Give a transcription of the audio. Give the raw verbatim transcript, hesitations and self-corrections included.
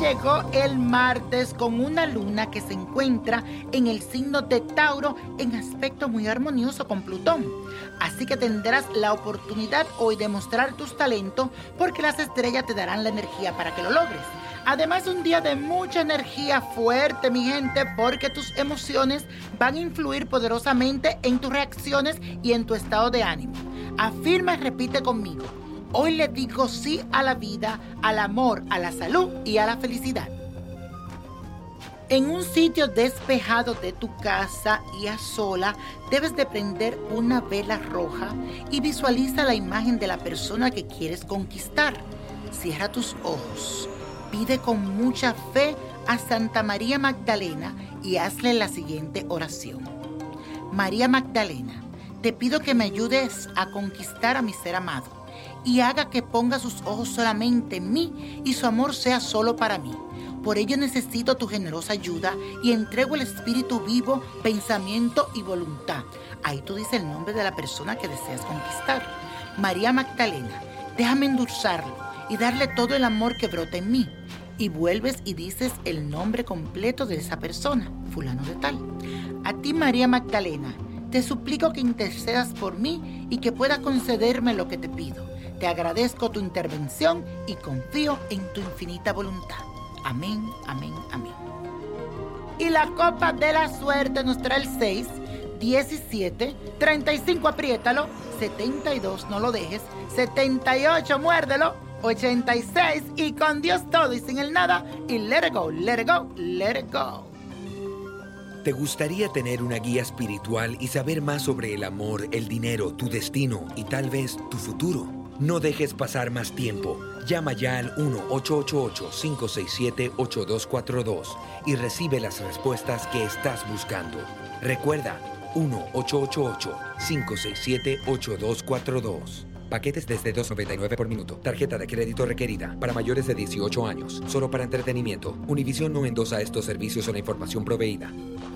llegó el martes con una luna que se encuentra en el signo de Tauro en aspecto muy armonioso con Plutón. Así que tendrás la oportunidad hoy de mostrar tus talentos porque las estrellas te darán la energía para que lo logres. Además, un día de mucha energía fuerte, mi gente, porque tus emociones van a influir poderosamente en tus reacciones y en tu estado de ánimo. Afirma y repite conmigo. Hoy le digo sí a la vida, al amor, a la salud y a la felicidad. En un sitio despejado de tu casa y a sola, debes de prender una vela roja y visualiza la imagen de la persona que quieres conquistar. Cierra tus ojos. Pide con mucha fe a Santa María Magdalena y hazle la siguiente oración. María Magdalena, te pido que me ayudes a conquistar a mi ser amado y haga que ponga sus ojos solamente en mí y su amor sea solo para mí. Por ello necesito tu generosa ayuda y entrego el espíritu vivo, pensamiento y voluntad. Ahí tú dices el nombre de la persona que deseas conquistar. María Magdalena, déjame endulzarlo y darle todo el amor que brota en mí. Y vuelves y dices el nombre completo de esa persona, fulano de tal. A ti, María Magdalena, te suplico que intercedas por mí y que puedas concederme lo que te pido. Te agradezco tu intervención y confío en tu infinita voluntad. Amén, amén, amén. Y la copa de la suerte nos trae el seis, diecisiete, treinta y cinco, apriétalo, setenta y dos, no lo dejes, setenta y ocho, muérdelo, ochenta y seis, y con Dios todo y sin el nada, y let it go, let it go, let it go. ¿Te gustaría tener una guía espiritual y saber más sobre el amor, el dinero, tu destino y tal vez tu futuro? No dejes pasar más tiempo. Llama ya al uno ocho ocho ocho, cinco seis siete, ocho dos cuatro dos y recibe las respuestas que estás buscando. Recuerda, uno ocho ocho ocho, cinco seis siete, ocho dos cuatro dos. Paquetes desde dos noventa y nueve por minuto. Tarjeta de crédito requerida para mayores de dieciocho años. Solo para entretenimiento. Univision no endosa estos servicios o la información proveída.